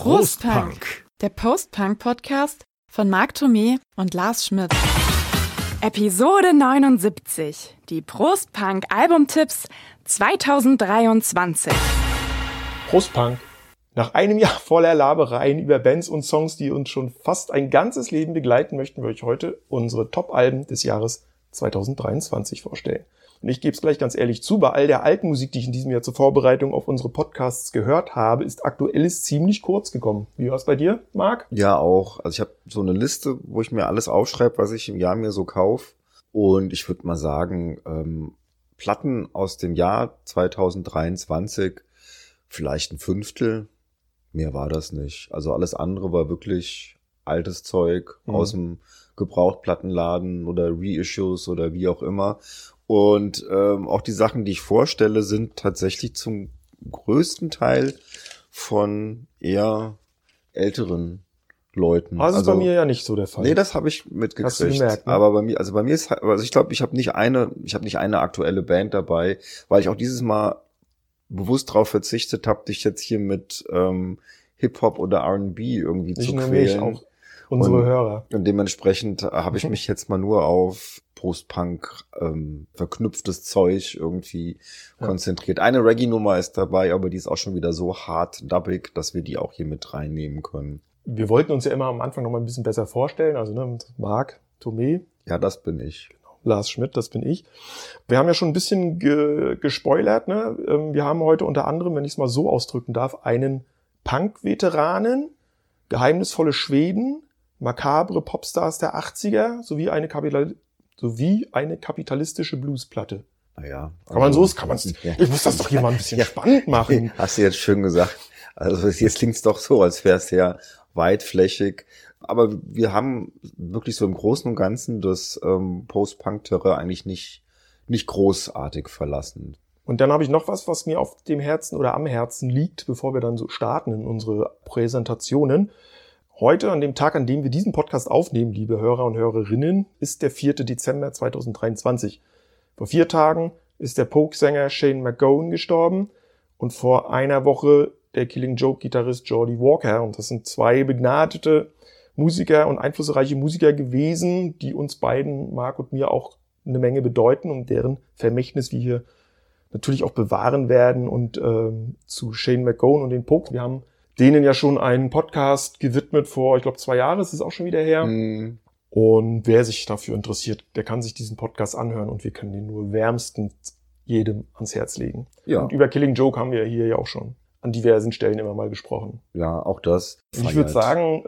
Prostpunk, der Post-Punk-Podcast von Marc Thomé und Lars Schmidt. Episode 79, die Prostpunk-Albumtipps 2023. Prostpunk. Nach einem Jahr voller Labereien über Bands und Songs, die uns schon fast ein ganzes Leben begleiten, möchten wir euch heute unsere Top-Alben des Jahres 2023 vorstellen. Und ich gebe es gleich ganz ehrlich zu, bei all der alten Musik, die ich in diesem Jahr zur Vorbereitung auf unsere Podcasts gehört habe, ist Aktuelles ziemlich kurz gekommen. Wie war es bei dir, Marc? Ja, auch. Also ich habe so eine Liste, wo ich mir alles aufschreibe, was ich im Jahr mir so kaufe. Und ich würde mal sagen, Platten aus dem Jahr 2023, vielleicht ein Fünftel. Mehr war das nicht. Also alles andere war wirklich altes Zeug aus dem Gebrauchtplattenladen oder Reissues oder wie auch immer. Und auch die Sachen, die ich vorstelle, sind tatsächlich zum größten Teil von eher älteren Leuten. Also bei mir ja nicht so der Fall. Nee, das habe ich mitgekriegt. Hast du gemerkt, ne? Aber bei mir ist, also ich glaube, ich habe nicht eine aktuelle Band dabei, weil ich auch dieses Mal bewusst darauf verzichtet habe, dich jetzt hier mit Hip-Hop oder R&B irgendwie nicht zu nur quälen. mich, auch unsere Hörer. Und dementsprechend habe ich mich jetzt mal nur auf Post-Punk verknüpftes Zeug irgendwie konzentriert. Eine Reggae-Nummer ist dabei, aber die ist auch schon wieder so hart dubbig, dass wir die auch hier mit reinnehmen können. Wir wollten uns ja immer am Anfang noch mal ein bisschen besser vorstellen. Also Marc Thomé. Ja, das bin ich. Lars Schmidt, das bin ich. Wir haben ja schon ein bisschen gespoilert, ne? Wir haben heute unter anderem, wenn ich es mal so ausdrücken darf, einen Punk-Veteranen, geheimnisvolle Schweden, makabre Popstars der 80er sowie eine kapitalistische Bluesplatte. Naja. Kann man ich muss das doch hier mal ein bisschen spannend machen. Hast du jetzt schön gesagt. Also jetzt klingt's doch so, als wäre es sehr weitflächig. Aber wir haben wirklich so im Großen und Ganzen das Post-Punk-Terrain eigentlich nicht großartig verlassen. Und dann habe ich noch was mir auf dem Herzen oder am Herzen liegt, bevor wir dann so starten in unsere Präsentationen. Heute, an dem Tag, an dem wir diesen Podcast aufnehmen, liebe Hörer und Hörerinnen, ist der 4. Dezember 2023. Vor 4 Tagen ist der Pogue-Sänger Shane MacGowan gestorben und vor einer Woche der Killing Joke-Gitarrist Geordie Walker. Und das sind 2 begnadete Musiker und einflussreiche Musiker gewesen, die uns beiden, Marc und mir, auch eine Menge bedeuten und deren Vermächtnis wir hier natürlich auch bewahren werden. Und zu Shane MacGowan und den Pogue, wir haben denen ja schon einen Podcast gewidmet vor, ich glaube 2 Jahren, ist es auch schon wieder her. Mhm. Und wer sich dafür interessiert, der kann sich diesen Podcast anhören und wir können den nur wärmstens jedem ans Herz legen. Ja. Und über Killing Joke haben wir hier ja auch schon an diversen Stellen immer mal gesprochen. Ja, auch das. Und ich würde sagen,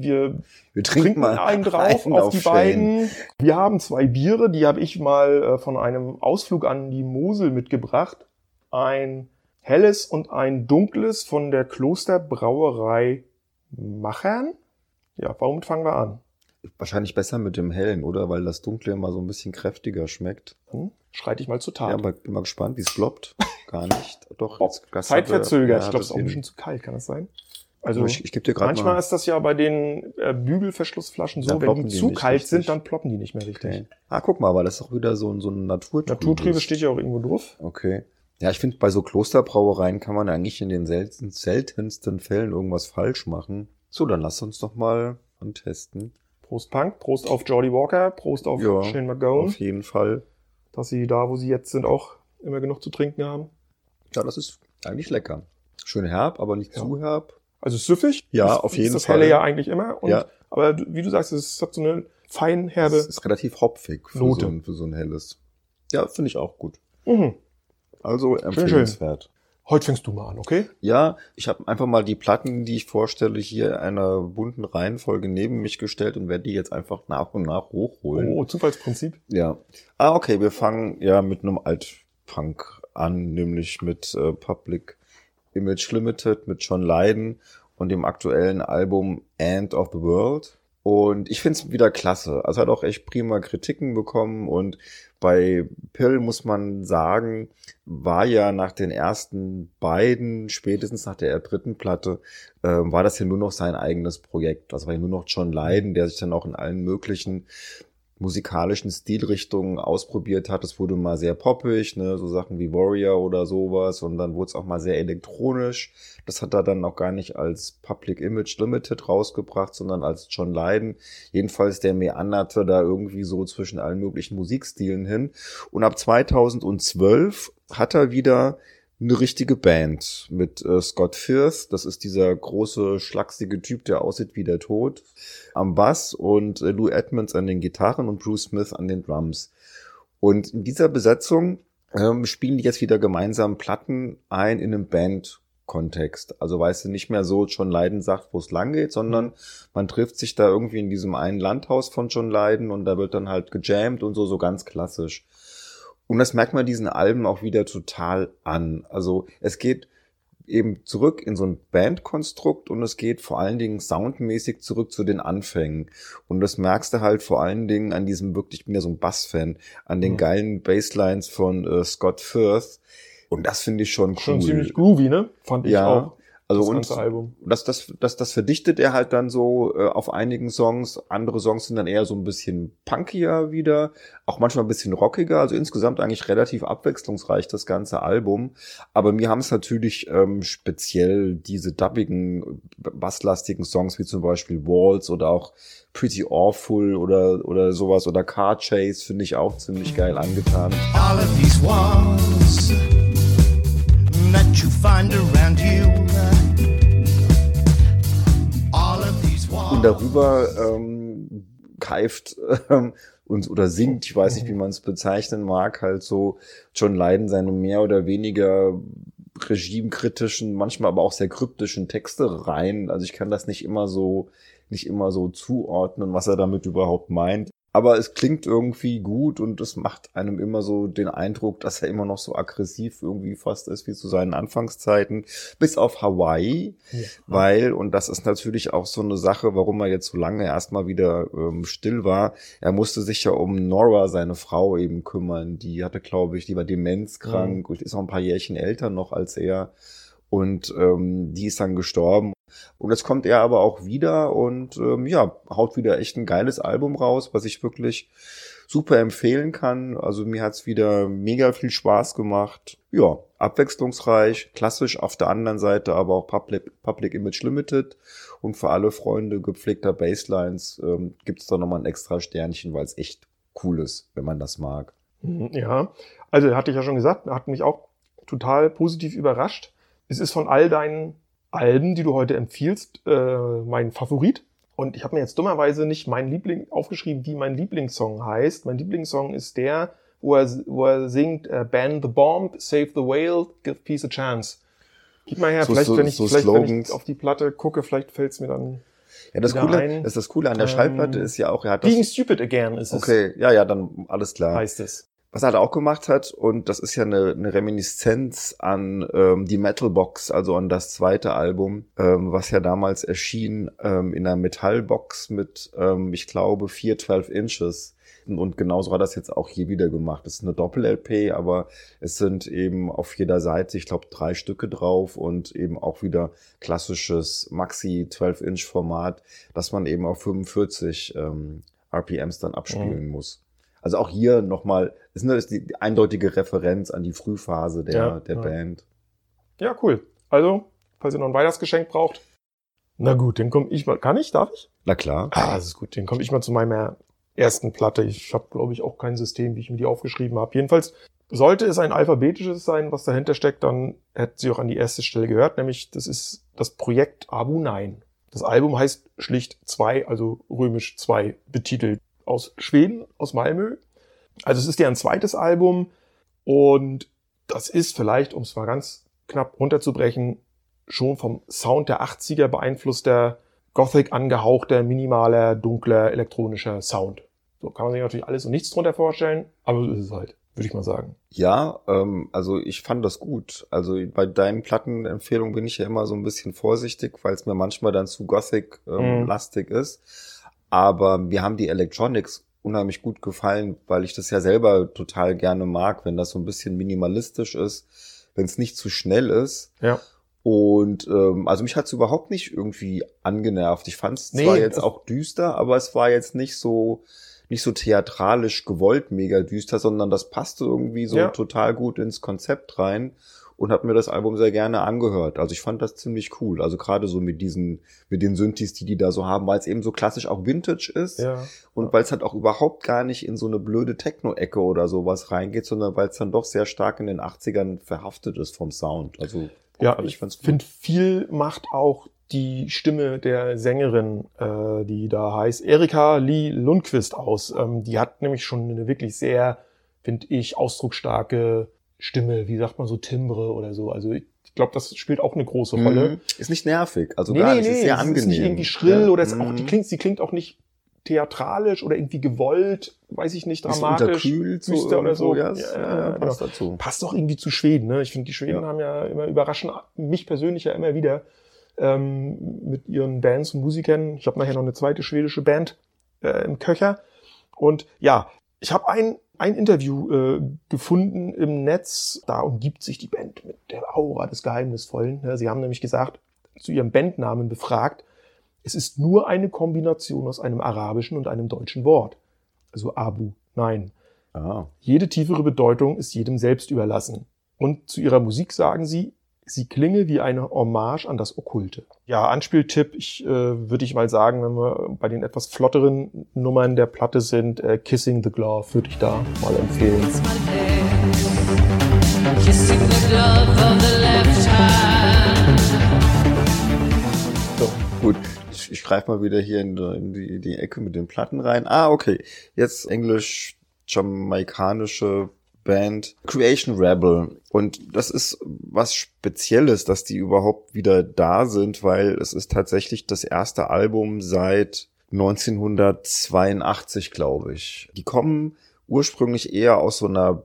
wir trinken mal einen drauf auf die beiden. Wir haben 2 Biere, die habe ich mal von einem Ausflug an die Mosel mitgebracht. Ein helles und ein dunkles von der Klosterbrauerei Machern. Ja, womit fangen wir an? Wahrscheinlich besser mit dem hellen, oder? Weil das dunkle immer so ein bisschen kräftiger schmeckt. Schreit ich mal zur Tat. Ja, aber bin mal gespannt, wie es ploppt. Gar nicht. Doch, zeitverzögert. Ja, ich glaube, es ist auch ein bisschen zu kalt, kann das sein? Also ich gebe dir gerade manchmal mal. Ist das ja bei den Bügelverschlussflaschen so, Dann wenn die zu nicht kalt richtig. sind, dann ploppen die nicht mehr richtig. Okay. Ah, guck mal, weil das ist auch wieder so ein Naturtrübes. Naturtrübe steht ja auch irgendwo drauf. Okay. Ja, ich finde, bei so Klosterbrauereien kann man eigentlich in den seltensten Fällen irgendwas falsch machen. So, dann lass uns doch mal antesten. Prost Punk, Prost auf Geordie Walker, Prost auf Shane MacGowan. Auf jeden Fall. Dass sie da, wo sie jetzt sind, auch immer genug zu trinken haben. Ja, das ist eigentlich lecker. Schön herb, aber nicht zu herb. Also süffig. Ja, das, auf jeden ist das Fall. Helle ja eigentlich immer. Und, ja. Aber wie du sagst, es hat so eine fein herbe Es ist relativ hopfig für Note. für so ein helles. Ja, finde ich auch gut. Mhm. Also empfehlenswert. Heute fängst du mal an, okay? Ja, ich habe einfach mal die Platten, die ich vorstelle, hier in einer bunten Reihenfolge neben mich gestellt und werde die jetzt einfach nach und nach hochholen. Oh, Zufallsprinzip. Ja. Okay, wir fangen ja mit einem Altpunk an, nämlich mit Public Image Limited, mit John Lydon und dem aktuellen Album End of the World. Und ich finde es wieder klasse. Also hat auch echt prima Kritiken bekommen und bei Pill muss man sagen, war ja nach den ersten beiden, spätestens nach der 3. Platte, war das ja nur noch sein eigenes Projekt. Das war ja nur noch John Lydon, der sich dann auch in allen möglichen musikalischen Stilrichtungen ausprobiert hat. Es wurde mal sehr poppig, ne, so Sachen wie Warrior oder sowas, und dann wurde es auch mal sehr elektronisch. Das hat er dann auch gar nicht als Public Image Limited rausgebracht, sondern als John Lydon. Jedenfalls der meanderte da irgendwie so zwischen allen möglichen Musikstilen hin. Und ab 2012 hat er wieder eine richtige Band mit Scott Firth, das ist dieser große, schlachsige Typ, der aussieht wie der Tod, am Bass, und Lou Edmonds an den Gitarren und Bruce Smith an den Drums. Und in dieser Besetzung spielen die jetzt wieder gemeinsam Platten ein in einem Band-Kontext. Also weißt du, nicht mehr so John Lydon sagt, wo es lang geht, sondern man trifft sich da irgendwie in diesem einen Landhaus von John Lydon und da wird dann halt gejammt und so ganz klassisch. Und das merkt man diesen Alben auch wieder total an. Also es geht eben zurück in so ein Bandkonstrukt und es geht vor allen Dingen soundmäßig zurück zu den Anfängen. Und das merkst du halt vor allen Dingen an diesem wirklich, ich bin ja so ein Bass-Fan, an den geilen Basslines von Scott Firth. Und das finde ich schon cool. Schon ziemlich groovy, ne? Fand ich auch. Also das und ganze Album. Das verdichtet er halt dann so auf einigen Songs. Andere Songs sind dann eher so ein bisschen punkier wieder, auch manchmal ein bisschen rockiger. Also insgesamt eigentlich relativ abwechslungsreich das ganze Album. Aber mir haben es natürlich speziell diese dubbigen, basslastigen Songs wie zum Beispiel Waltz oder auch Pretty Awful oder sowas oder Car Chase finde ich auch ziemlich geil angetan. All of these walls that you find around you. Und darüber keift oder singt, ich weiß nicht, wie man es bezeichnen mag, halt so John Lydon seine mehr oder weniger regimekritischen, manchmal aber auch sehr kryptischen Texte rein. Also ich kann das nicht immer so zuordnen, was er damit überhaupt meint. Aber es klingt irgendwie gut und es macht einem immer so den Eindruck, dass er immer noch so aggressiv irgendwie fast ist wie zu seinen Anfangszeiten. Bis auf Hawaii, weil, und das ist natürlich auch so eine Sache, warum er jetzt so lange erstmal wieder still war, er musste sich ja um Nora, seine Frau, eben kümmern. Die hatte, glaube ich, die war demenzkrank und ist auch ein paar Jährchen älter noch als er. Und die ist dann gestorben. Und jetzt kommt er aber auch wieder und haut wieder echt ein geiles Album raus, was ich wirklich super empfehlen kann. Also mir hat's wieder mega viel Spaß gemacht. Ja, abwechslungsreich, klassisch auf der anderen Seite, aber auch Public Image Limited. Und für alle Freunde gepflegter Basslines gibt's da nochmal ein extra Sternchen, weil es echt cool ist, wenn man das mag. Ja, also hatte ich ja schon gesagt, hat mich auch total positiv überrascht. Es ist von all deinen Alben, die du heute empfiehlst, mein Favorit. Und ich habe mir jetzt dummerweise nicht aufgeschrieben, wie mein Lieblingssong heißt. Mein Lieblingssong ist der, wo er singt, Ban the Bomb, Save the Whale, Give Peace a Chance. Gib mal her, wenn ich auf die Platte gucke, vielleicht fällt es mir dann das Coole an der Schallplatte ist ja auch, er hat das... Being Stupid Again ist es. Okay, ja, dann alles klar. Heißt es. Was er halt auch gemacht hat, und das ist ja eine Reminiszenz an die Metalbox, also an das zweite Album, was ja damals erschien in einer Metallbox mit, ich glaube, 4 12 Inches. Und genauso hat er das jetzt auch hier wieder gemacht. Das ist eine Doppel-LP, aber es sind eben auf jeder Seite, ich glaube, 3 Stücke drauf und eben auch wieder klassisches Maxi 12-Inch-Format, das man eben auf 45 RPMs dann abspielen muss. Also auch hier nochmal, ist die eindeutige Referenz an die Frühphase der Band. Ja, cool. Also, falls ihr noch ein Weihnachtsgeschenk braucht. Na gut, dann komme ich mal. Darf ich? Na klar. Das ist gut. Dann komme ich mal zu meiner ersten Platte. Ich habe, glaube ich, auch kein System, wie ich mir die aufgeschrieben habe. Jedenfalls sollte es ein alphabetisches sein, was dahinter steckt, dann hätte sie auch an die erste Stelle gehört. Nämlich, das ist das Projekt Abu Nein. Das Album heißt schlicht 2, also römisch 2 betitelt. Aus Schweden, aus Malmö. Also es ist deren zweites Album und das ist vielleicht, um es mal ganz knapp runterzubrechen, schon vom Sound der 80er beeinflusster, Gothic angehauchter, minimaler, dunkler, elektronischer Sound. So kann man sich natürlich alles und nichts drunter vorstellen, aber so ist es halt, würde ich mal sagen. Ja, also ich fand das gut. Also bei deinen Plattenempfehlungen bin ich ja immer so ein bisschen vorsichtig, weil es mir manchmal dann zu Gothic-lastig ist. Aber mir haben die Electronics unheimlich gut gefallen, weil ich das ja selber total gerne mag, wenn das so ein bisschen minimalistisch ist, wenn es nicht zu schnell ist. Ja. Und also mich hat es überhaupt nicht irgendwie angenervt. Ich fand es zwar jetzt auch düster, aber es war jetzt nicht so, nicht so theatralisch gewollt mega düster, sondern das passte irgendwie so total gut ins Konzept rein und habe mir das Album sehr gerne angehört. Also ich fand das ziemlich cool. Also gerade so mit den Synthes, die da so haben, weil es eben so klassisch auch Vintage ist und weil es halt auch überhaupt gar nicht in so eine blöde Techno-Ecke oder sowas reingeht, sondern weil es dann doch sehr stark in den 80ern verhaftet ist vom Sound. Also ich finde, viel macht auch die Stimme der Sängerin, die da heißt Erika Lee Lundqvist aus. Die hat nämlich schon eine wirklich sehr, finde ich, ausdrucksstarke Stimme, wie sagt man so, Timbre oder so. Also ich glaube, das spielt auch eine große Rolle. Ist nicht nervig, also gar nicht, ist sehr angenehm. Ist nicht irgendwie schrill oder ist auch, sie klingt auch nicht theatralisch oder irgendwie gewollt, weiß ich nicht, dramatisch, düster oder so. Passt dazu. Passt doch irgendwie zu Schweden, ne? Ich finde, die Schweden haben ja immer überraschend, mich persönlich ja immer wieder, mit ihren Bands und Musikern. Ich habe nachher noch eine zweite schwedische Band im Köcher. Und ja, ich habe ein Interview gefunden im Netz. Da umgibt sich die Band mit der Aura des Geheimnisvollen. Sie haben nämlich gesagt, zu ihrem Bandnamen befragt, es ist nur eine Kombination aus einem arabischen und einem deutschen Wort. Also Abu, nein. Jede tiefere Bedeutung ist jedem selbst überlassen. Und zu ihrer Musik sagen sie klinge wie eine Hommage an das Okkulte. Ja, Anspieltipp, würde ich mal sagen, wenn wir bei den etwas flotteren Nummern der Platte sind, Kissing the Glove würde ich da mal empfehlen. Kissing the glove of the left hand. So, gut. Ich greife mal wieder hier in die Ecke mit den Platten rein. Okay. Jetzt englisch-jamaikanische Band Creation Rebel. Und das ist was Spezielles, dass die überhaupt wieder da sind, weil es ist tatsächlich das erste Album seit 1982, glaube ich. Die kommen ursprünglich eher aus so einer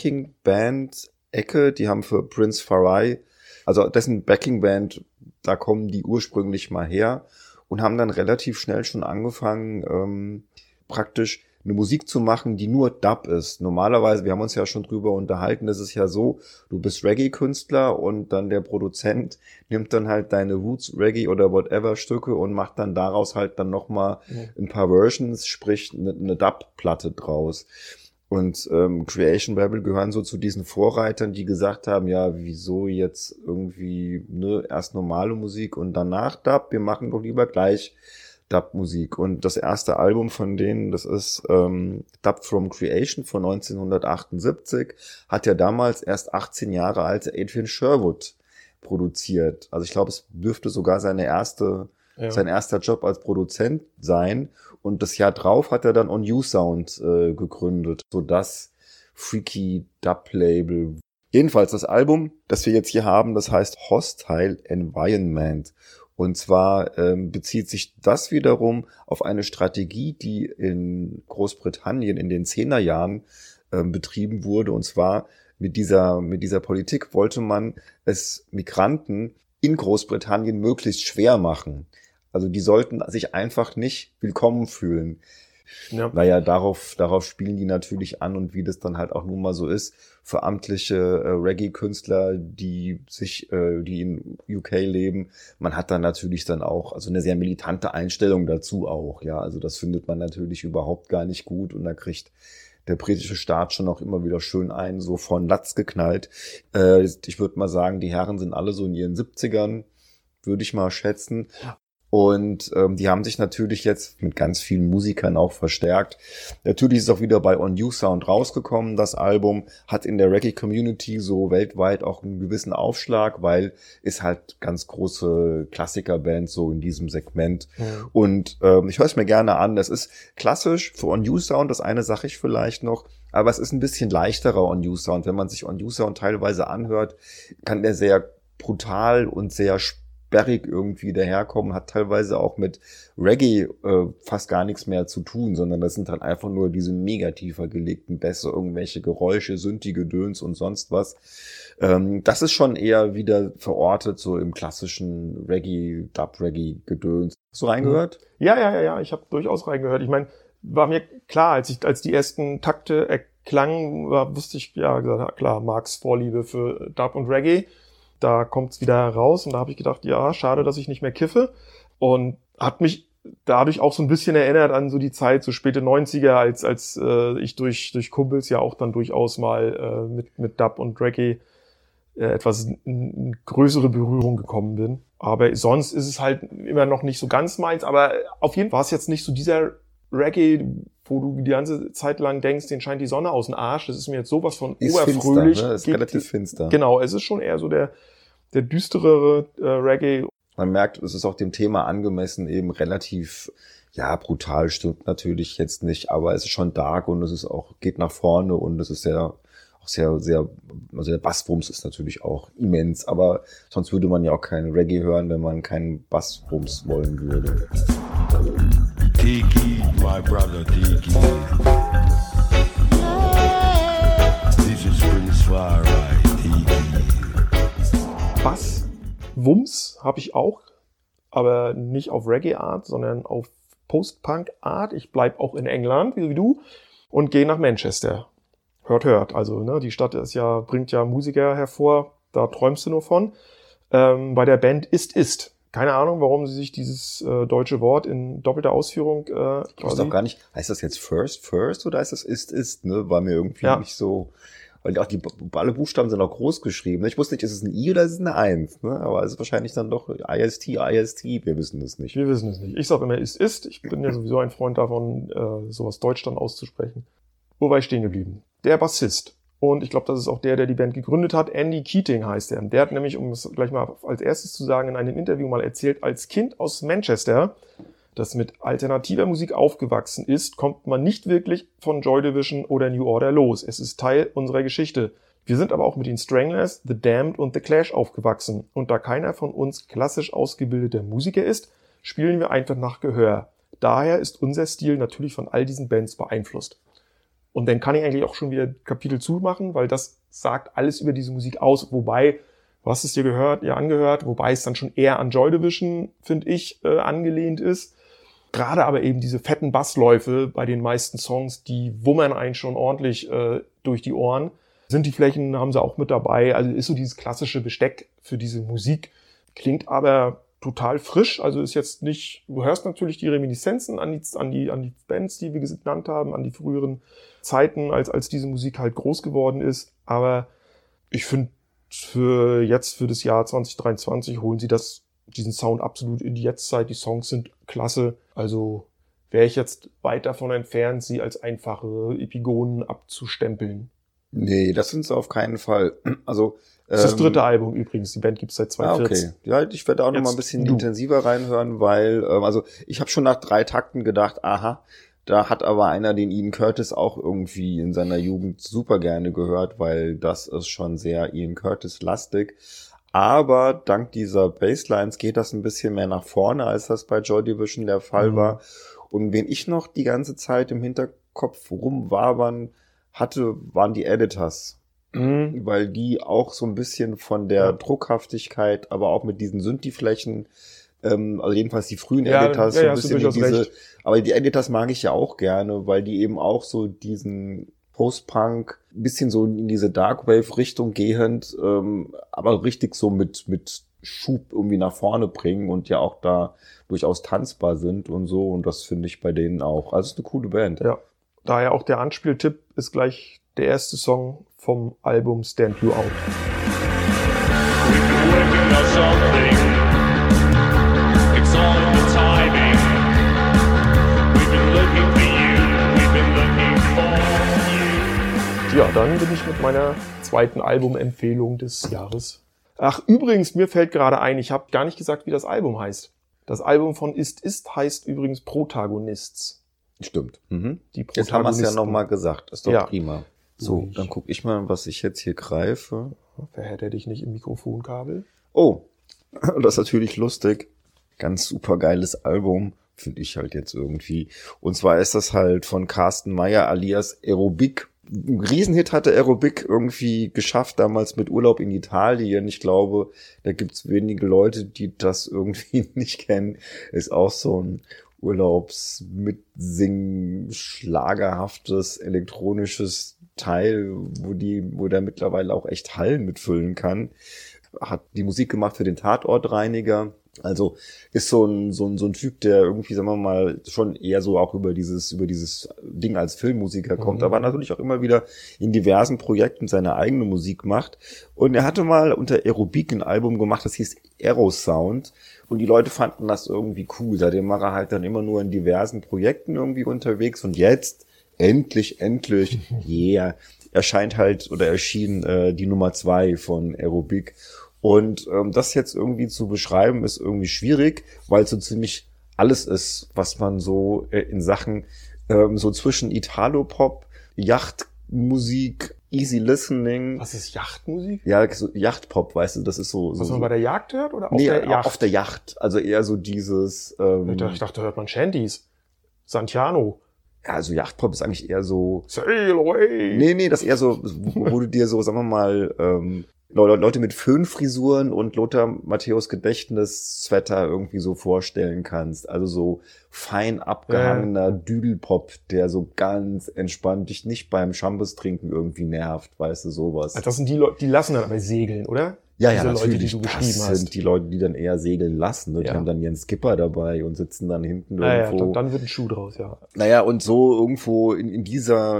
Backing-Band-Ecke. Die haben für Prince Farai, also dessen Backing-Band, da kommen die ursprünglich mal her und haben dann relativ schnell schon angefangen, praktisch eine Musik zu machen, die nur Dub ist. Normalerweise, wir haben uns ja schon drüber unterhalten, das ist ja so, du bist Reggae-Künstler und dann der Produzent nimmt dann halt deine Roots-Reggae oder whatever Stücke und macht dann daraus halt dann nochmal ein paar Versions, sprich eine Dub-Platte draus. Und Creation Rebel gehören so zu diesen Vorreitern, die gesagt haben, ja, wieso jetzt irgendwie erst normale Musik und danach Dub, wir machen doch lieber gleich Dub-Musik. Und das erste Album von denen, das ist Dub from Creation von 1978, hat ja damals erst 18 Jahre alte Adrian Sherwood produziert. Also ich glaube, es dürfte sogar sein erster Job als Produzent sein. Und das Jahr drauf hat er dann On You Sound gegründet, so das freaky Dub-Label. Jedenfalls das Album, das wir jetzt hier haben, das heißt Hostile Environment. Und zwar bezieht sich das wiederum auf eine Strategie, die in Großbritannien in den 10er Jahren betrieben wurde. Und zwar mit dieser Politik wollte man es Migranten in Großbritannien möglichst schwer machen. Also die sollten sich einfach nicht willkommen fühlen. Ja. Naja, darauf spielen die natürlich an und wie das dann halt auch nun mal so ist, für amtliche Reggae-Künstler, die in UK leben, man hat dann natürlich dann auch, also eine sehr militante Einstellung dazu auch, ja, also das findet man natürlich überhaupt gar nicht gut und da kriegt der britische Staat schon auch immer wieder schön einen so von Latz geknallt. Ich würde mal sagen, die Herren sind alle so in ihren 70ern, würde ich mal schätzen. Und die haben sich natürlich jetzt mit ganz vielen Musikern auch verstärkt. Natürlich ist es auch wieder bei On You Sound rausgekommen. Das Album hat in der Reggae-Community so weltweit auch einen gewissen Aufschlag, weil es halt ganz große Klassikerband so in diesem Segment. Ja. Und ich höre es mir gerne an. Das ist klassisch für On You Sound, das eine sage ich vielleicht noch. Aber es ist ein bisschen leichterer On You Sound. Wenn man sich On You Sound teilweise anhört, kann der sehr brutal und sehr sperrig irgendwie daherkommen, hat teilweise auch mit Reggae fast gar nichts mehr zu tun, sondern das sind dann einfach nur diese mega tiefer gelegten Bässe, irgendwelche Geräusche, Synthi-Gedöns und sonst was. Das ist schon eher wieder verortet, so im klassischen Reggae, Dub-Reggae-Gedöns. Hast du reingehört? Ja, ich habe durchaus reingehört. Ich meine, war mir klar, als die ersten Takte erklangen, wusste ich, ja klar, Marks Vorliebe für Dub und Reggae. Da kommt's wieder raus und da habe ich gedacht, ja, schade, dass ich nicht mehr kiffe. Und hat mich dadurch auch so ein bisschen erinnert an so die Zeit, so späte 90er, als ich durch Kumpels ja auch dann durchaus mal mit Dub und Reggae etwas in größere Berührung gekommen bin. Aber sonst ist es halt immer noch nicht so ganz meins. Aber auf jeden Fall war es jetzt nicht so dieser Reggae, wo du die ganze Zeit lang denkst, den scheint die Sonne aus dem Arsch. Das ist mir jetzt sowas von ist oberfröhlich. Finster, ne? Ist relativ finster. Genau, es ist schon eher so der düsterere Reggae. Man merkt, es ist auch dem Thema angemessen, eben relativ, ja, brutal stimmt natürlich jetzt nicht, aber es ist schon dark und es ist auch, geht nach vorne und es ist sehr, also der Basswumms ist natürlich auch immens, aber sonst würde man ja auch keinen Reggae hören, wenn man keinen Basswumms wollen würde. Tiki, my brother Tiki. This is Prince Farai, Tiki. Basswumms habe ich auch, aber nicht auf Reggae-Art, sondern auf Post-Punk-Art. Ich bleib auch in England, wie du, und gehe nach Manchester. Hört. Also, ne, die Stadt bringt ja Musiker hervor, da träumst du nur von. Bei der Band Ist. Keine Ahnung, warum sie sich dieses deutsche Wort in doppelter Ausführung Ich weiß auch gar nicht, heißt das jetzt First oder heißt das Ist, ne? War mir irgendwie nicht so, weil auch alle Buchstaben sind auch groß geschrieben. Ich wusste nicht, ist es ein I oder ist es eine 1, ne? Aber es ist wahrscheinlich dann doch IST, wir wissen es nicht. Wir wissen es nicht. Ich sage immer Ist. Ich bin ja sowieso ein Freund davon, sowas Deutsch dann auszusprechen. Wo war ich stehen geblieben? Der Bassist. Und ich glaube, das ist auch der die Band gegründet hat. Andy Keating heißt er. Der hat nämlich, um es gleich mal als erstes zu sagen, in einem Interview mal erzählt, als Kind aus Manchester, das mit alternativer Musik aufgewachsen ist, kommt man nicht wirklich von Joy Division oder New Order los. Es ist Teil unserer Geschichte. Wir sind aber auch mit den Stranglers, The Damned und The Clash aufgewachsen. Und da keiner von uns klassisch ausgebildeter Musiker ist, spielen wir einfach nach Gehör. Daher ist unser Stil natürlich von all diesen Bands beeinflusst. Und dann kann ich eigentlich auch schon wieder Kapitel zumachen, weil das sagt alles über diese Musik aus. Wobei, du hast es dir angehört, wobei es dann schon eher an Joy Division, finde ich, angelehnt ist. Gerade aber eben diese fetten Bassläufe bei den meisten Songs, die wummern einen schon ordentlich durch die Ohren. Sind die Flächen, haben sie auch mit dabei. Also ist so dieses klassische Besteck für diese Musik. Klingt aber total frisch, also ist jetzt nicht, du hörst natürlich die Reminiszenzen an die Bands, die wir genannt haben, an die früheren Zeiten, als diese Musik halt groß geworden ist, aber ich finde, für das Jahr 2023 holen sie diesen Sound absolut in die Jetztzeit, die Songs sind klasse, also wäre ich jetzt weit davon entfernt, sie als einfache Epigonen abzustempeln. Nee, das sind sie auf keinen Fall. Also das ist das dritte Album übrigens. Die Band gibt's seit 2014. Okay. Ja, ich werde auch noch mal ein bisschen intensiver reinhören, weil also ich habe schon nach 3 Takten gedacht, aha, da hat aber einer den Ian Curtis auch irgendwie in seiner Jugend super gerne gehört, weil das ist schon sehr Ian Curtis-lastig. Aber dank dieser Basslines geht das ein bisschen mehr nach vorne, als das bei Joy Division der Fall war. Und wen ich noch die ganze Zeit im Hinterkopf rumwabern hatte, waren die Editors. Weil die auch so ein bisschen von der Druckhaftigkeit, aber auch mit diesen Synthi-Flächen, also jedenfalls die frühen Editors, so ein bisschen in diese, aber die Editors mag ich ja auch gerne, weil die eben auch so diesen Post-Punk, ein bisschen so in diese Darkwave-Richtung gehend, aber richtig so mit Schub irgendwie nach vorne bringen und ja auch da durchaus tanzbar sind und so, und das finde ich bei denen auch. Also es ist eine coole Band. Ja, daher auch der Anspieltipp ist gleich der erste Song vom Album Stand You Out. Ja, dann bin ich mit meiner zweiten Albumempfehlung des Jahres. Ach, übrigens, mir fällt gerade ein, ich habe gar nicht gesagt, wie das Album heißt. Das Album von Ist heißt übrigens Protagonists. Stimmt. Die Protagonisten. Jetzt haben wir es ja nochmal gesagt. Ist doch prima. So, Ruhig. dann gucke ich mal, was ich jetzt hier greife. Verhält er dich nicht im Mikrofonkabel? Oh, das ist natürlich lustig. Ganz super geiles Album, finde ich halt jetzt irgendwie. Und zwar ist das halt von Carsten Meyer alias Aerobic. Ein Riesenhit hatte Aerobic irgendwie geschafft, damals mit Urlaub in Italien. Ich glaube, da gibt's wenige Leute, die das irgendwie nicht kennen. Ist auch so ein Urlaubs-Mitsingen, schlagerhaftes, elektronisches Teil, wo der mittlerweile auch echt Hallen mitfüllen kann. Hat die Musik gemacht für den Tatortreiniger. Also ist so ein Typ, der irgendwie, sagen wir mal, schon eher so auch über dieses Ding als Filmmusiker kommt, aber natürlich auch immer wieder in diversen Projekten seine eigene Musik macht. Und er hatte mal unter Aerobic ein Album gemacht, das hieß Aerosound. Und die Leute fanden das irgendwie cool. Seitdem war er halt dann immer nur in diversen Projekten irgendwie unterwegs. Und jetzt, endlich, erschien die Nummer 2 von Aerobic. Und das jetzt irgendwie zu beschreiben, ist irgendwie schwierig, weil es so ziemlich alles ist, was man so in Sachen so zwischen Italo-Pop, Yachtmusik, Easy Listening. Was ist Yachtmusik? Ja, so Yachtpop, weißt du, das ist so. Was man bei der Jagd hört oder auf nee, der Yacht? Auf der Yacht. Also eher so dieses. Ich dachte, hört man Shanties. Santiano. Ja, also Yachtpop ist eigentlich eher so. Sail away! Nee, das ist eher so, wo du dir so, sagen wir mal, Leute mit Föhnfrisuren und Lothar Matthäus Gedächtnis-Sweater irgendwie so vorstellen kannst. Also so fein abgehangener Düdelpop, der so ganz entspannt dich nicht beim Shampoos trinken irgendwie nervt, weißt du, sowas. Also das sind die Leute, die lassen dann aber segeln, oder? Ja, Diese natürlich. Leute, die du beschrieben das hast. sind die Leute, die dann eher segeln lassen. Ne? Die haben dann ihren Skipper dabei und sitzen dann hinten irgendwo. Dann wird ein Schuh draus, ja. Naja, und so irgendwo in dieser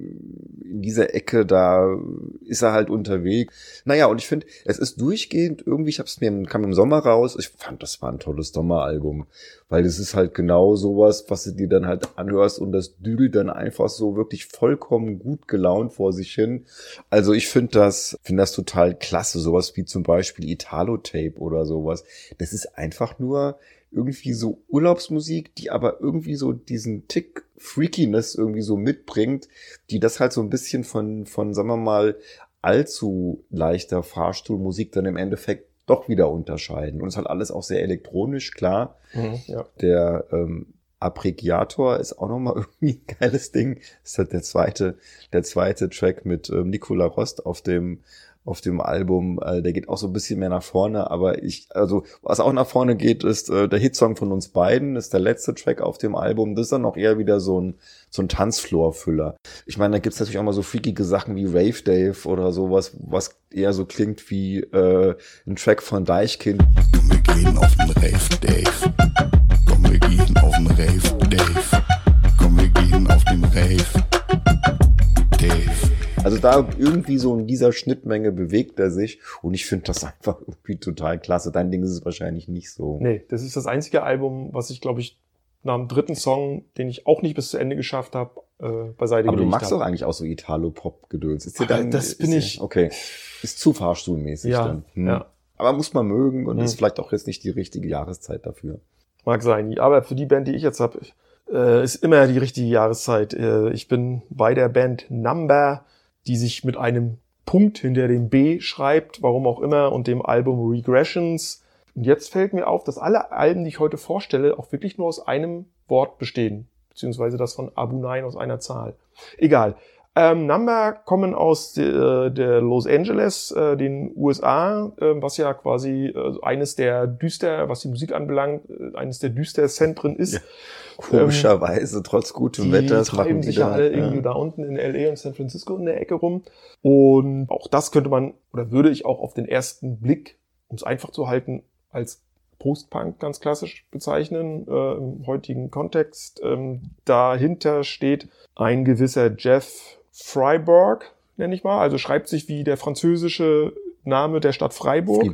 Ecke, da ist er halt unterwegs. Naja, und ich finde, es ist durchgehend irgendwie, kam im Sommer raus, ich fand, das war ein tolles Sommeralbum. Weil es ist halt genau sowas, was du dir dann halt anhörst und das düdelt dann einfach so wirklich vollkommen gut gelaunt vor sich hin. Also ich finde das total klasse, sowas wie zum Beispiel Italo-Tape oder sowas. Das ist einfach nur irgendwie so Urlaubsmusik, die aber irgendwie so diesen Tick Freakiness irgendwie so mitbringt, die das halt so ein bisschen von sagen wir mal, allzu leichter Fahrstuhlmusik dann im Endeffekt doch wieder unterscheiden. Und es ist halt alles auch sehr elektronisch, klar. Ja. Der Appregiator ist auch nochmal irgendwie ein geiles Ding. Das ist halt der zweite Track mit Nicola Rost auf dem Album. Der geht auch so ein bisschen mehr nach vorne, aber was auch nach vorne geht, ist der Hitsong von uns beiden, ist der letzte Track auf dem Album. Das ist dann auch eher wieder so ein Tanzfloor-Füller. Ich meine, da gibt's natürlich auch mal so freakige Sachen wie Rave Dave oder sowas, was eher so klingt wie ein Track von Deichkind. Komm, wir gehen auf den Rave Dave. Komm, wir gehen auf den Rave Dave. Komm, wir gehen auf den Rave Dave. Also da irgendwie so in dieser Schnittmenge bewegt er sich und ich finde das einfach irgendwie total klasse. Dein Ding ist es wahrscheinlich nicht so. Nee, das ist das einzige Album, was ich, glaube ich, nach dem dritten Song, den ich auch nicht bis zu Ende geschafft habe, beiseite Aber du gelegt magst habe. doch eigentlich auch so Italo-Pop-Gedöns. Das bin ich. Okay. Ist zu fahrstuhlmäßig Ja, dann. ja. Aber muss man mögen und ist vielleicht auch jetzt nicht die richtige Jahreszeit dafür. Mag sein. Aber für die Band, die ich jetzt habe, ist immer die richtige Jahreszeit. Ich bin bei der Band Number, die sich mit einem Punkt hinter dem B schreibt, warum auch immer, und dem Album Regressions. Und jetzt fällt mir auf, dass alle Alben, die ich heute vorstelle, auch wirklich nur aus einem Wort bestehen. Beziehungsweise das von Abu Nain aus einer Zahl. Egal. Number kommen aus der Los Angeles, den USA, was ja quasi eines der was die Musik anbelangt, eines der Düsterzentren ist. Ja. Komischerweise, trotz gutem Wetter. Die treiben sich ja alle irgendwie da unten in LA und San Francisco in der Ecke rum. Und auch das könnte man, oder würde ich auch auf den ersten Blick, um es einfach zu halten, als Post-Punk ganz klassisch bezeichnen, im heutigen Kontext. Dahinter steht ein gewisser Jeff Freiburg, nenne ich mal. Also schreibt sich wie der französische Name der Stadt Freiburg.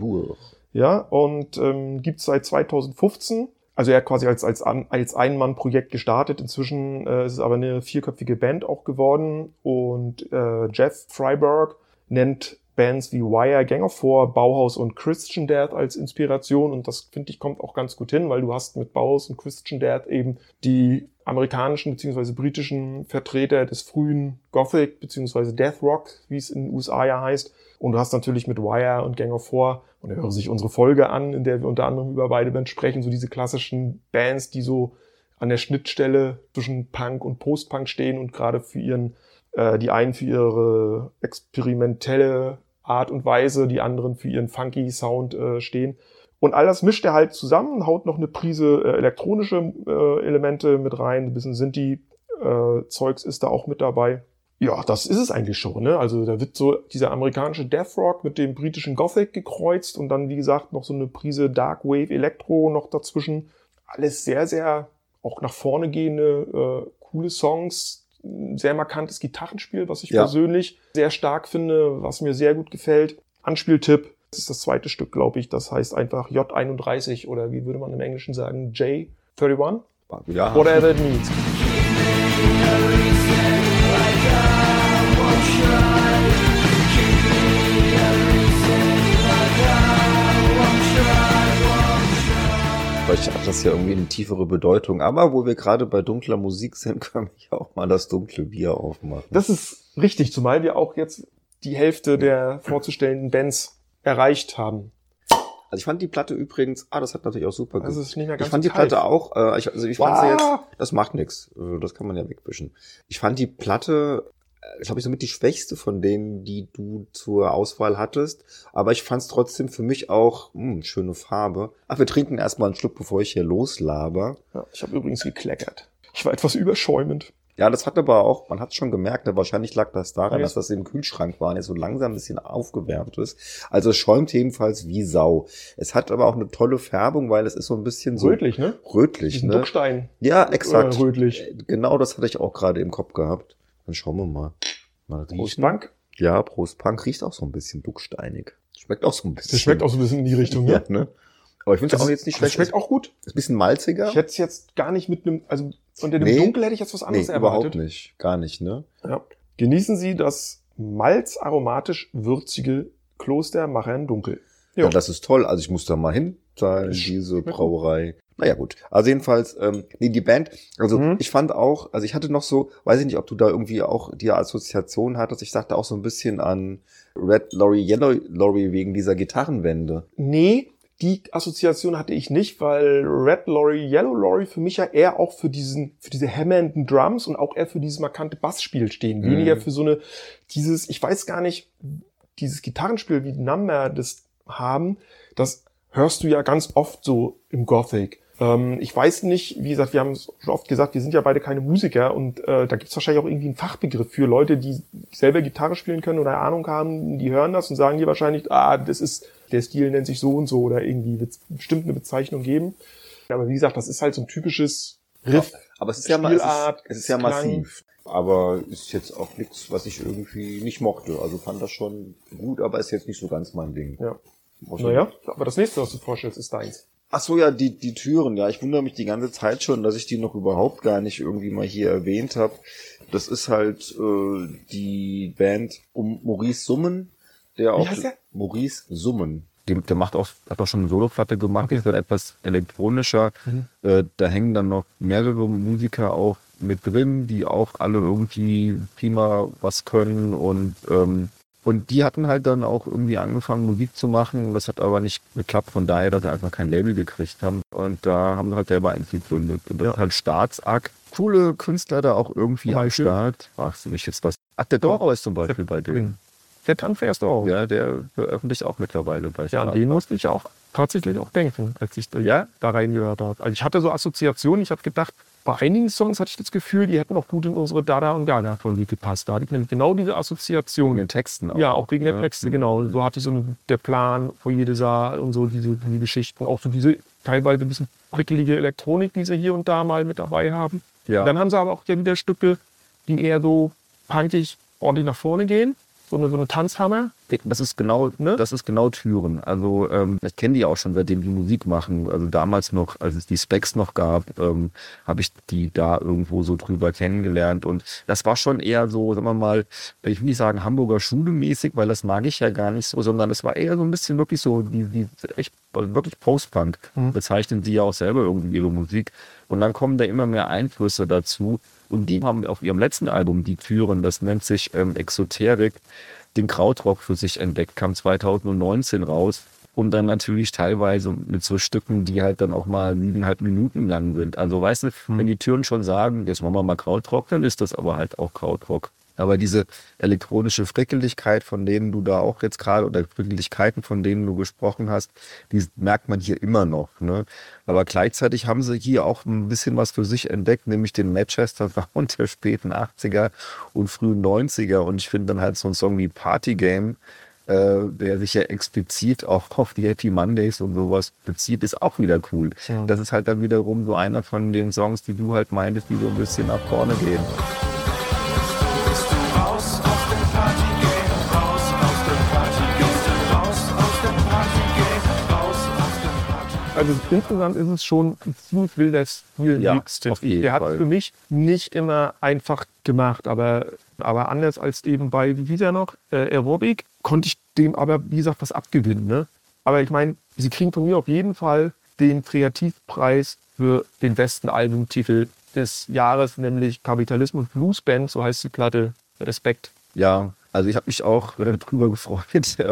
Ja, und gibt's seit 2015. Also er hat quasi als Ein-Mann-Projekt gestartet. Inzwischen ist es aber eine 4-köpfige Band auch geworden. Und Jeff Freiburg nennt Bands wie Wire, Gang of Four, Bauhaus und Christian Death als Inspiration. Und das, finde ich, kommt auch ganz gut hin, weil du hast mit Bauhaus und Christian Death eben die amerikanischen bzw. britischen Vertreter des frühen Gothic bzw. Death Rock, wie es in den USA ja heißt. Und du hast natürlich mit Wire und Gang of Four, und da hören sich unsere Folge an, in der wir unter anderem über beide Bands sprechen, so diese klassischen Bands, die so an der Schnittstelle zwischen Punk und Post-Punk stehen und gerade für die einen für ihre experimentelle Art und Weise, die anderen für ihren funky Sound stehen. Und all das mischt er halt zusammen, haut noch eine Prise elektronische Elemente mit rein, ein bisschen Synthi-Zeugs ist da auch mit dabei. Ja, das ist es eigentlich schon, ne? Also da wird so dieser amerikanische Death Rock mit dem britischen Gothic gekreuzt und dann, wie gesagt, noch so eine Prise Dark Wave Elektro noch dazwischen. Alles sehr, sehr auch nach vorne gehende, coole Songs, sehr markantes Gitarrenspiel, was ich persönlich sehr stark finde, was mir sehr gut gefällt. Anspieltipp, das ist das zweite Stück, glaube ich, das heißt einfach J31 oder wie würde man im Englischen sagen, J31? Ja. Whatever it means. Vielleicht hat das ja irgendwie eine tiefere Bedeutung. Aber wo wir gerade bei dunkler Musik sind, können wir auch mal das dunkle Bier aufmachen. Das ist richtig, zumal wir auch jetzt die Hälfte der vorzustellenden Bands erreicht haben. Also ich fand die Platte übrigens, das hat natürlich auch super Das ist nicht mehr ganz Ich fand die Platte auch, ich fand sie jetzt, das macht nichts, das kann man ja wegwischen. Ich fand die Platte, glaube ich, somit die schwächste von denen, die du zur Auswahl hattest. Aber ich fand es trotzdem für mich auch, schöne Farbe. Wir trinken erstmal einen Schluck, bevor ich hier loslaber. Ja, ich habe übrigens gekleckert. Ich war etwas überschäumend. Ja, das hat aber auch, man hat es schon gemerkt, wahrscheinlich lag das daran, dass das im Kühlschrank war und jetzt so langsam ein bisschen aufgewärmt ist. Also es schäumt jedenfalls wie Sau. Es hat aber auch eine tolle Färbung, weil es ist so ein bisschen so rötlich, ne? Rötlich, ne? Duckstein. Ja, exakt. Rötlich. Genau, das hatte ich auch gerade im Kopf gehabt. Dann schauen wir mal. Prost Punk. Ja, Prost Punk riecht auch so ein bisschen ducksteinig. Schmeckt auch so ein bisschen. Das schmeckt auch so ein bisschen in die Richtung, ja, ne? Aber ich finde es auch jetzt nicht schlecht. Schmeckt auch gut. Ist ein bisschen malziger. Ich hätte es jetzt gar nicht mit einem, also unter dem Dunkel hätte ich jetzt was anderes erwartet. Überhaupt nicht. Gar nicht, ne? Ja. Genießen Sie das malzaromatisch würzige Klostermachern Dunkel. Ja, das ist toll. Also ich muss da mal hin, diese Brauerei. Naja, gut. Also jedenfalls, die Band, also ich fand auch, also ich hatte noch so, weiß ich nicht, ob du da irgendwie auch die Assoziation hattest, ich sagte auch so ein bisschen an Red Lorry, Yellow Lorry wegen dieser Gitarrenwände. Nee, die Assoziation hatte ich nicht, weil Red Lorry, Yellow Lorry für mich ja eher auch für diese hämmernden Drums und auch eher für dieses markante Bassspiel stehen. Weniger für so ich weiß gar nicht, dieses Gitarrenspiel, wie Number das haben, das hörst du ja ganz oft so im Gothic. Ich weiß nicht, wie gesagt, wir haben es schon oft gesagt, wir sind ja beide keine Musiker und da gibt es wahrscheinlich auch irgendwie einen Fachbegriff für Leute, die selber Gitarre spielen können oder Ahnung haben, die hören das und sagen dir wahrscheinlich, das ist, der Stil nennt sich so und so oder irgendwie wird es bestimmt eine Bezeichnung geben. Aber wie gesagt, das ist halt so ein typisches Riff. Aber es ist ja massiv. Aber ist jetzt auch nichts, was ich irgendwie nicht mochte. Also fand das schon gut, aber ist jetzt nicht so ganz mein Ding. Ja. Naja, aber das nächste, was du vorstellst, ist deins. Ach so, ja, die Türen. Ja, ich wundere mich die ganze Zeit schon, dass ich die noch überhaupt gar nicht irgendwie mal hier erwähnt habe. Das ist halt die Band um Maurice Summen, der auch Maurice Summen. Der hat auch schon eine Soloplatte gemacht, ist dann etwas elektronischer. Da hängen dann noch mehrere Musiker auch mit drin, die auch alle irgendwie prima was können und die hatten halt dann auch irgendwie angefangen, Musik zu machen. Das hat aber nicht geklappt, von daher, dass sie einfach kein Label gekriegt haben. Und da haben sie halt selber eins gegründet. Und das ist halt Staatsakt. Coole Künstler da auch irgendwie am Start. Fragst du mich jetzt was? Der Doro ist zum Beispiel bei denen. Der Tanfer ist auch. Ja, der veröffentlicht auch mittlerweile bei Ja, an den musste ich auch tatsächlich auch denken, als ich da reingehört habe. Also ich hatte so Assoziationen, ich habe gedacht, bei einigen Songs hatte ich das Gefühl, die hätten auch gut in unsere Dada und Ghana-Folge gepasst. Da hatte ich nämlich genau diese Assoziation. Wegen den Texten auch. Ja, auch wegen der Texte, genau. So hatte ich so der Plan vor jede Saal und so diese Geschichten. Auch so diese teilweise ein bisschen prickelige Elektronik, die sie hier und da mal mit dabei haben. Ja. Dann haben sie aber auch wieder Stücke, die eher so punkig ordentlich nach vorne gehen. So eine Tanzhammer. Das ist genau Türen. Also ich kenne die auch schon, seitdem die Musik machen. Also damals noch, als es die Specs noch gab, habe ich die da irgendwo so drüber kennengelernt. Und das war schon eher so, sagen wir mal, ich will nicht sagen Hamburger Schule mäßig, weil das mag ich ja gar nicht so, sondern es war eher so ein bisschen wirklich so, wirklich Post-Punk. Bezeichnen sie ja auch selber irgendwie ihre Musik. Und dann kommen da immer mehr Einflüsse dazu. Und die haben auf ihrem letzten Album, die Türen, das nennt sich Exoterik, den Krautrock für sich entdeckt, kam 2019 raus. Und dann natürlich teilweise mit so Stücken, die halt dann auch mal 7,5 Minuten lang sind. Also weißt du, wenn die Türen schon sagen, jetzt machen wir mal Krautrock, dann ist das aber halt auch Krautrock. Aber diese elektronische Frickeligkeit, von denen du da auch jetzt gerade, oder Frickeligkeiten, von denen du gesprochen hast, die merkt man hier immer noch. Ne? Aber gleichzeitig haben sie hier auch ein bisschen was für sich entdeckt, nämlich den Manchester Sound der späten 80er und frühen 90er. Und ich finde dann halt so ein Song wie Party Game, der sich ja explizit auch auf die Happy Mondays und sowas bezieht, ist auch wieder cool. Ja. Das ist halt dann wiederum so einer von den Songs, die du halt meintest, die so ein bisschen nach vorne gehen. Also insgesamt ist es schon ein ziemlich wilder Stil-Mix. Der hat es für mich nicht immer einfach gemacht, aber anders als eben bei, wie hieß er noch, Aerobic, konnte ich dem aber, wie gesagt, was abgewinnen. Ne? Aber ich meine, sie kriegen von mir auf jeden Fall den Kreativpreis für den besten Albumtitel des Jahres, nämlich Kapitalismus Blues Band, so heißt die Platte. Respekt. Ja, also ich habe mich auch darüber gefreut,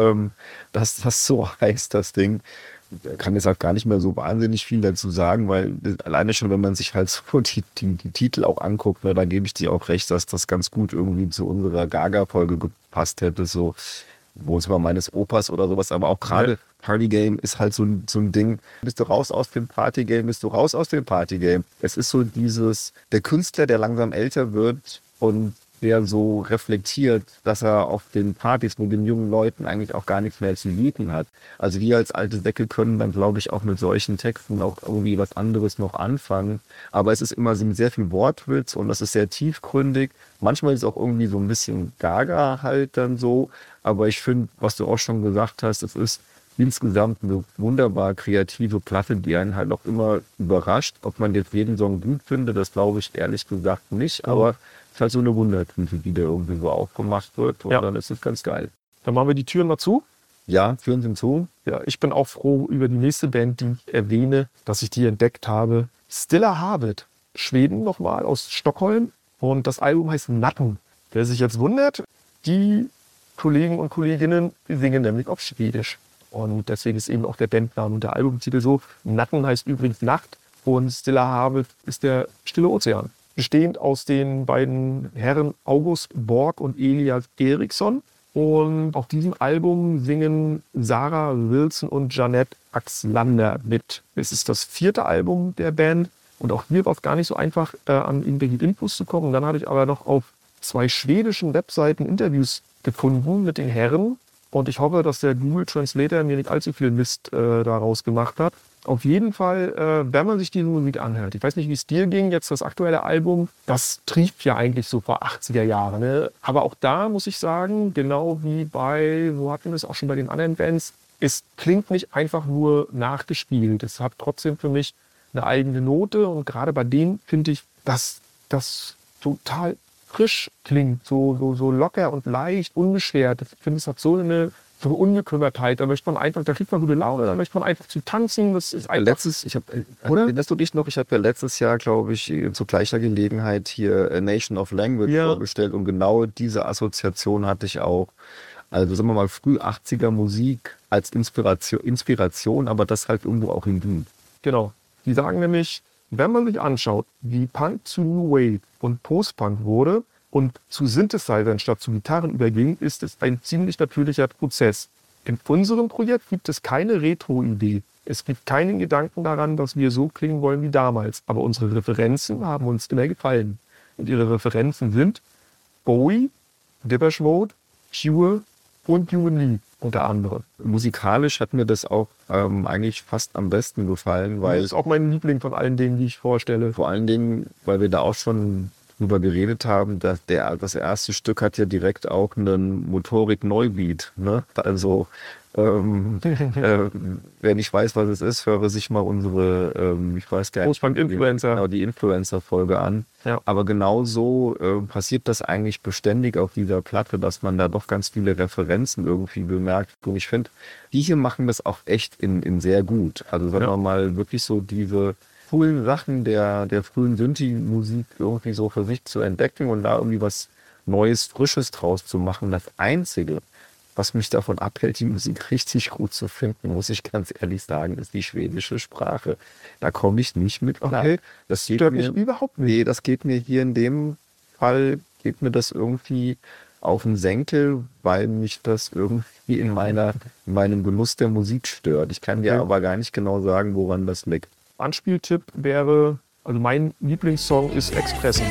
dass das so heißt, das Ding. Ich kann jetzt auch gar nicht mehr so wahnsinnig viel dazu sagen, weil alleine schon, wenn man sich halt so die Titel auch anguckt, da gebe ich dir auch recht, dass das ganz gut irgendwie zu unserer Gaga-Folge gepasst hätte, so Wohnzimmer meines Opas oder sowas, aber auch gerade Party Game ist halt so ein Ding. Bist du raus aus dem Party Game, bist du raus aus dem Party Game. Es ist so der Künstler, der langsam älter wird und der so reflektiert, dass er auf den Partys mit den jungen Leuten eigentlich auch gar nichts mehr zu bieten hat. Also wir als alte Säcke können dann, glaube ich, auch mit solchen Texten auch irgendwie was anderes noch anfangen. Aber es ist immer sehr viel Wortwitz und das ist sehr tiefgründig. Manchmal ist es auch irgendwie so ein bisschen Gaga halt dann so. Aber ich finde, was du auch schon gesagt hast, es ist insgesamt eine wunderbar kreative Platte, die einen halt auch immer überrascht. Ob man jetzt jeden Song gut findet, das glaube ich ehrlich gesagt nicht. Aber es ist halt so eine Wundertüte, die da irgendwie so aufgemacht wird. Und dann ist es ganz geil. Dann machen wir die Türen mal zu. Ja, Türen sind zu. Ja, ich bin auch froh über die nächste Band, die ich erwähne, dass ich die entdeckt habe. Stilla Harvard, Schweden nochmal, aus Stockholm. Und das Album heißt Natten. Wer sich jetzt wundert, die Kollegen und Kolleginnen singen nämlich auf Schwedisch. Und deswegen ist eben auch der Bandname und der Albumtitel so. Natten heißt übrigens Nacht und Stilla Harvard ist der stille Ozean. Bestehend aus den beiden Herren August Borg und Elias Eriksson. Und auf diesem Album singen Sarah Wilson und Jeanette Axlander mit. Es ist das 4. Album der Band. Und auch hier war es gar nicht so einfach, an irgendwelche Infos zu kommen. Und dann hatte ich aber noch auf 2 schwedischen Webseiten Interviews gefunden mit den Herren. Und ich hoffe, dass der Google Translator mir nicht allzu viel Mist daraus gemacht hat. Auf jeden Fall, wenn man sich diese Musik anhört, ich weiß nicht, wie es dir ging, jetzt das aktuelle Album, das trieft ja eigentlich so vor 80er Jahren. Ne? Aber auch da muss ich sagen, genau wie so hatten wir es auch schon bei den anderen Bands, es klingt nicht einfach nur nachgespielt. Es hat trotzdem für mich eine eigene Note. Und gerade bei denen finde ich, dass das total frisch klingt, so locker und leicht, unbeschwert. Ich finde, es hat so eine Ungekümmertheit. Da möchte man einfach, da kriegt man gute Laune, da möchte man einfach zu tanzen. Das ist einfach. Erinnerst du dich noch? Ich habe ja letztes Jahr, glaube ich, zu gleicher Gelegenheit hier A Nation of Language vorgestellt und genau diese Assoziation hatte ich auch. Also sagen wir mal früh 80er Musik als Inspiration, aber das halt irgendwo auch in Wien. Genau. Die sagen nämlich, wenn man sich anschaut, wie Punk zu New Wave und Post-Punk wurde und zu Synthesizern statt zu Gitarren überging, ist es ein ziemlich natürlicher Prozess. In unserem Projekt gibt es keine Retro-Idee. Es gibt keinen Gedanken daran, dass wir so klingen wollen wie damals. Aber unsere Referenzen haben uns immer gefallen. Und ihre Referenzen sind Bowie, Depeche Mode, Cure und Human League unter anderem. Musikalisch hat mir das auch eigentlich fast am besten gefallen, weil das ist auch mein Liebling von allen Dingen, die ich vorstelle. Vor allen Dingen, weil wir da auch schon drüber geredet haben, dass das erste Stück hat ja direkt auch einen Motorik-Neubeat. Ne? Also wer nicht weiß, was es ist, höre sich mal unsere, ich weiß gar nicht, Influencer. Die Influencer-Folge an. Ja. Aber genau so passiert das eigentlich beständig auf dieser Platte, dass man da doch ganz viele Referenzen irgendwie bemerkt. Und ich finde, die hier machen das auch echt in sehr gut. Also wenn man mal wirklich so diese coolen Sachen der frühen Synthi-Musik irgendwie so für sich zu entdecken und da irgendwie was Neues, Frisches draus zu machen. Das Einzige, was mich davon abhält, die Musik richtig gut zu finden, muss ich ganz ehrlich sagen, ist die schwedische Sprache. Da komme ich nicht mit klar. Okay. Das stört mich überhaupt nicht. Nee, das geht mir hier in dem Fall geht mir das irgendwie auf den Senkel, weil mich das irgendwie in meinem Genuss der Musik stört. Ich kann dir aber gar nicht genau sagen, woran das liegt. Anspieltipp wäre, also mein Lieblingssong ist Expressen.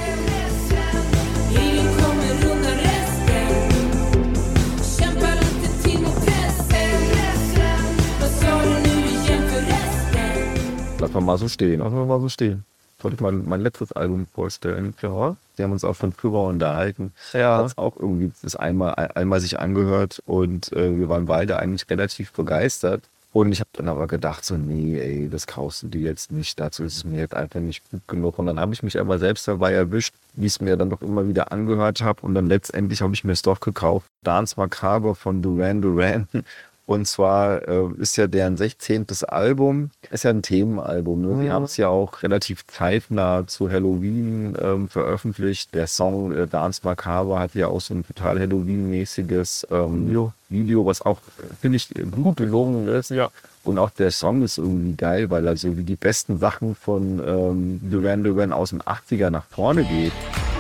Lass mal so stehen. Soll ich mal mein letztes Album vorstellen? Ja. Wir haben uns auch schon drüber unterhalten. Ja. Hat's auch irgendwie das einmal sich angehört und wir waren beide eigentlich relativ begeistert. Und ich habe dann aber gedacht so, nee, ey, das kaufst du dir jetzt nicht. Dazu ist es mir jetzt einfach nicht gut genug. Und dann habe ich mich aber selbst dabei erwischt, wie ich es mir dann doch immer wieder angehört habe. Und dann letztendlich habe ich mir es doch gekauft. Dance Macabre von Duran Duran. Und zwar ist ja deren 16. Album, ist ja ein Themenalbum. Ne? Die haben es ja auch relativ zeitnah zu Halloween veröffentlicht. Der Song Dance Macabre hat ja auch so ein total Halloween-mäßiges Video, was auch, finde ich, gut gelungen ist. Ja. Und auch der Song ist irgendwie geil, weil er so wie die besten Sachen von Duran Duran aus den 80er nach vorne geht.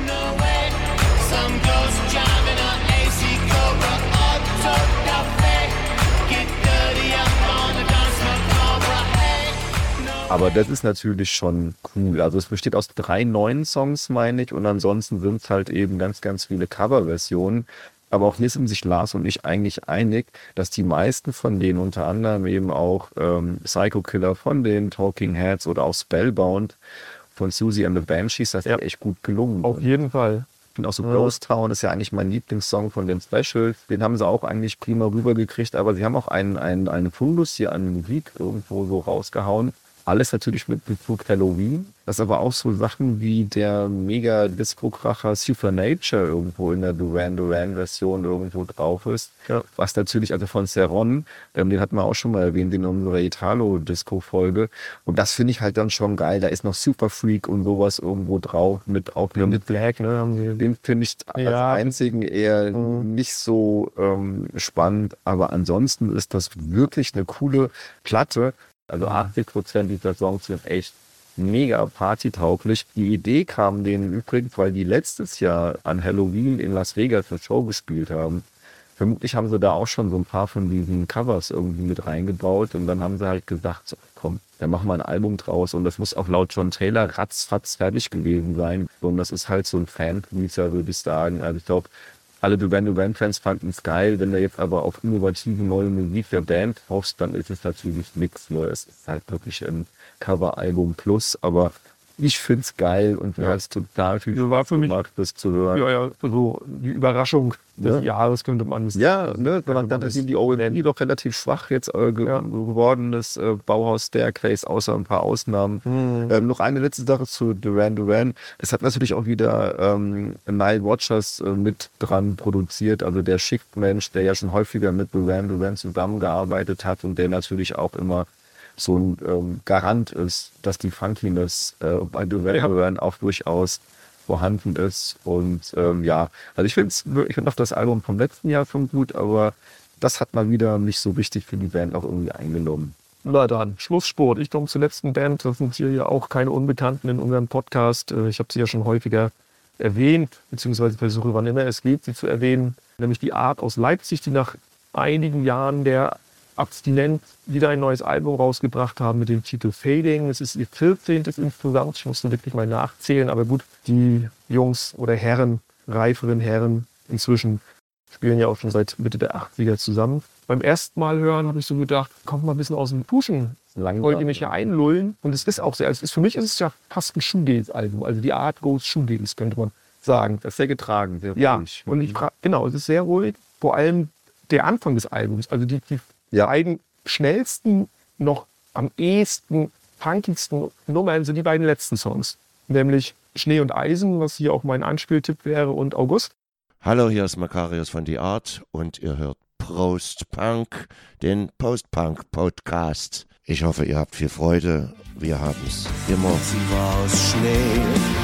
Aber das ist natürlich schon cool. Also es besteht aus 3 neuen Songs, meine ich, und ansonsten sind es halt eben ganz, ganz viele Coverversionen. Aber auch hier sind sich Lars und ich eigentlich einig, dass die meisten von denen, unter anderem eben auch Psycho Killer von den Talking Heads oder auch Spellbound von Susie and the Banshees, das ist echt gut gelungen. Auf jeden Fall. Und auch so Ghost Town ist ja eigentlich mein Lieblingssong von den Specials. Den haben sie auch eigentlich prima rübergekriegt, aber sie haben auch einen Fundus hier an Musik irgendwo so rausgehauen. Alles natürlich mit Bezug Halloween. Das ist aber auch so Sachen wie der Mega-Disco-Kracher Supernature irgendwo in der Duran Duran-Version irgendwo drauf ist. Ja. Was natürlich, also von Cerrone, den hatten wir auch schon mal erwähnt in unserer Italo-Disco-Folge. Und das finde ich halt dann schon geil. Da ist noch Super Freak und sowas irgendwo drauf mit aufgenommen. Mit Black, ne? Den finde ich als einzigen eher nicht so spannend. Aber ansonsten ist das wirklich eine coole Platte. Also 80% dieser Songs sind echt mega partytauglich. Die Idee kam denen übrigens, weil die letztes Jahr an Halloween in Las Vegas eine Show gespielt haben. Vermutlich haben sie da auch schon so ein paar von diesen Covers irgendwie mit reingebaut und dann haben sie halt gesagt, so, komm, dann machen wir ein Album draus und das muss auch laut John Taylor ratzfatz fertig gewesen sein. Und das ist halt so ein Fan-Pleaser, würde ich sagen. Also ich glaube, alle Duran Duran-Fans fanden es geil. Wenn du jetzt aber auf innovative neue Musik der Band hoffst, dann ist es natürlich nichts Neues. Es ist halt wirklich ein Cover-Album plus, aber ich finde es geil und mir hat es total viel Spaß gemacht, das zu hören. Ja, so die Überraschung des Jahres könnte man sagen. Ja, ne, dann ist die OMD doch relativ schwach jetzt geworden, das Bauhaus Staircase, außer ein paar Ausnahmen. Noch eine letzte Sache zu Duran Duran. Es hat natürlich auch wieder Nile Rodgers mit dran produziert, also der Schichtmensch, der ja schon häufiger mit Duran Duran zusammengearbeitet hat und der natürlich auch immer so ein Garant ist, dass die Funkiness bei Duran Duran auch durchaus vorhanden ist. Und also ich find auch das Album vom letzten Jahr schon gut, aber das hat mal wieder nicht so richtig für die Band auch irgendwie eingenommen. Na dann, Schlusssport. Ich komme zur letzten Band. Das sind hier ja auch keine Unbekannten in unserem Podcast. Ich habe sie ja schon häufiger erwähnt, beziehungsweise versuche, wann immer es geht, sie zu erwähnen. Nämlich die Art aus Leipzig, die nach einigen Jahren der Abstinenz wieder ein neues Album rausgebracht haben mit dem Titel Fading. Es ist ihr 14. insgesamt. Ich musste wirklich mal nachzählen. Aber gut, die Jungs oder Herren, reiferen Herren, inzwischen spielen ja auch schon seit Mitte der 80er zusammen. Beim ersten Mal hören habe ich so gedacht, kommt mal ein bisschen aus dem Puschen. Wollt ihr mich ja einlullen? Und es ist auch sehr, für mich ist es ja fast ein Shoegaze-Album. Also die Art Goes Shoegaze, könnte man sagen. Das ist sehr getragen, sehr ruhig. Und es ist sehr ruhig. Vor allem der Anfang des Albums, also die beiden schnellsten, noch am ehesten, punkigsten Nummern sind die beiden letzten Songs. Nämlich Schnee und Eisen, was hier auch mein Anspieltipp wäre, und August. Hallo, hier ist Makarios von The Art und ihr hört Prost Punk, den Post-Punk-Podcast. Ich hoffe, ihr habt viel Freude. Wir haben's immer. Sie war aus Schnee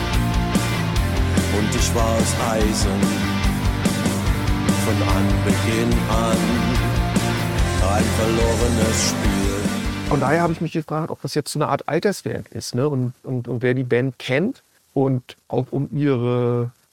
und ich war aus Eisen. Von Anbeginn an ein verlorenes Spiel. Von daher habe ich mich gefragt, ob das jetzt so eine Art Alterswerk ist, ne? Und wer die Band kennt und auch um ihre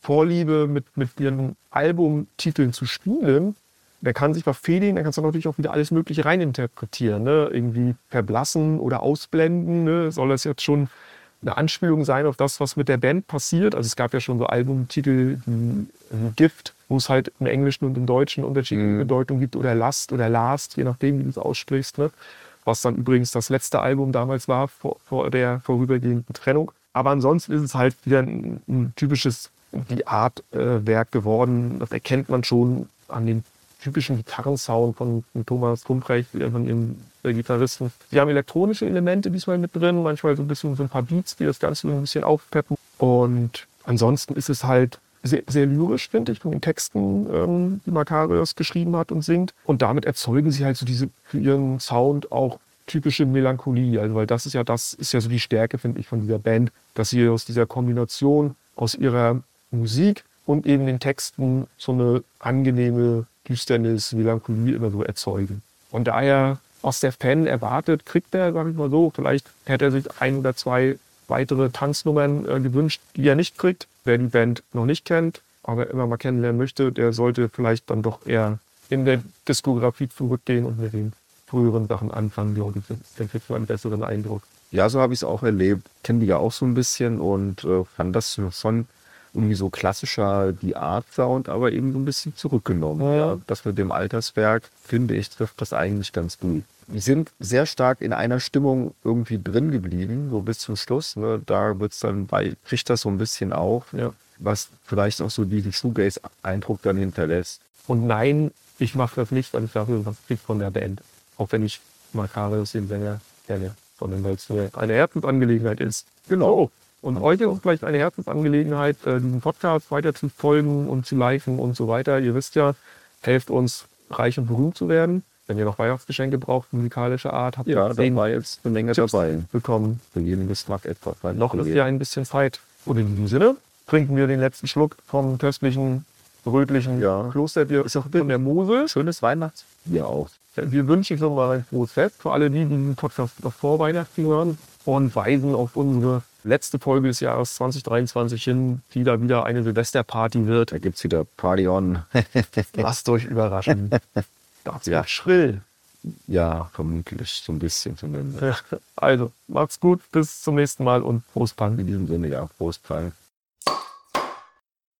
Vorliebe mit ihren Albumtiteln zu spielen, der kann sich befehligen, dann kannst du natürlich auch wieder alles Mögliche reininterpretieren. Ne? Irgendwie verblassen oder ausblenden. Ne? Soll das jetzt schon eine Anspielung sein auf das, was mit der Band passiert? Also es gab ja schon so Albumtitel wie Gift, wo es halt im Englischen und im Deutschen unterschiedliche Bedeutung gibt. Oder Last oder Last, je nachdem, wie du es aussprichst. Ne? Was dann übrigens das letzte Album damals war, vor der vorübergehenden Trennung. Aber ansonsten ist es halt wieder ein typisches die Art Werk geworden. Das erkennt man schon an den typischen Gitarrensound von Thomas Kumprecht, von ihrem Gitarristen. Sie haben elektronische Elemente diesmal mit drin, manchmal so ein bisschen so ein paar Beats, die das Ganze ein bisschen aufpeppen. Und ansonsten ist es halt sehr, sehr lyrisch, finde ich, von den Texten, die Makarios geschrieben hat und singt. Und damit erzeugen sie halt so diese für ihren Sound auch typische Melancholie. Also weil das ist ja so die Stärke, finde ich, von dieser Band, dass sie aus dieser Kombination aus ihrer Musik und eben den Texten so eine angenehme Düsternis, Melancholie immer so erzeugen. Und daher, was der Fan erwartet, kriegt er, sag ich mal so. Vielleicht hätte er sich 1 oder 2 weitere Tanznummern gewünscht, die er nicht kriegt. Wer die Band noch nicht kennt, aber immer mal kennenlernen möchte, der sollte vielleicht dann doch eher in der Diskografie zurückgehen und mit den früheren Sachen anfangen. Dann kriegt man einen besseren Eindruck. Ja, so habe ich es auch erlebt. Kenne die ja auch so ein bisschen und fand das schon irgendwie so klassischer die Art Sound, aber eben so ein bisschen zurückgenommen. Ja. Das mit dem Alterswerk, finde ich, trifft das eigentlich ganz gut. Wir sind sehr stark in einer Stimmung irgendwie drin geblieben, so bis zum Schluss. Ne? Da bricht das so ein bisschen auf, was vielleicht auch so diesen Shoegaze-Eindruck dann hinterlässt. Und nein, ich mache das nicht, weil ich dafür was kriege von der Band. Auch wenn ich Makarios den Sänger kenne, sondern weil es eine Herzensangelegenheit ist. Genau. So. Und euch ist vielleicht eine Herzensangelegenheit, diesen Podcast weiter zu folgen und zu liken und so weiter. Ihr wisst ja, helft uns, reich und berühmt zu werden. Wenn ihr noch Weihnachtsgeschenke braucht, musikalischer Art, habt ihr da war jetzt eine Menge Tipps dabei. bekommen. Für jeden Geschmack etwas. Noch ist ja ein bisschen Zeit. Und in diesem Sinne trinken wir den letzten Schluck vom köstlichen, rötlichen Klosterbier Ist auch von der Mosel. schönes Weihnachtsbier auch. Wir wünschen schon mal ein frohes Fest für alle, die diesen Podcast noch vor Weihnachten hören und weisen auf unsere letzte Folge des Jahres 2023 hin, die da wieder eine Silvesterparty wird. Da gibt es wieder Party on. Lasst euch überraschen. Das wird schrill. Ja, vermutlich so ein bisschen zumindest. Also, macht's gut, bis zum nächsten Mal und Prost Punk. In diesem Sinne, ja, Prost Punk.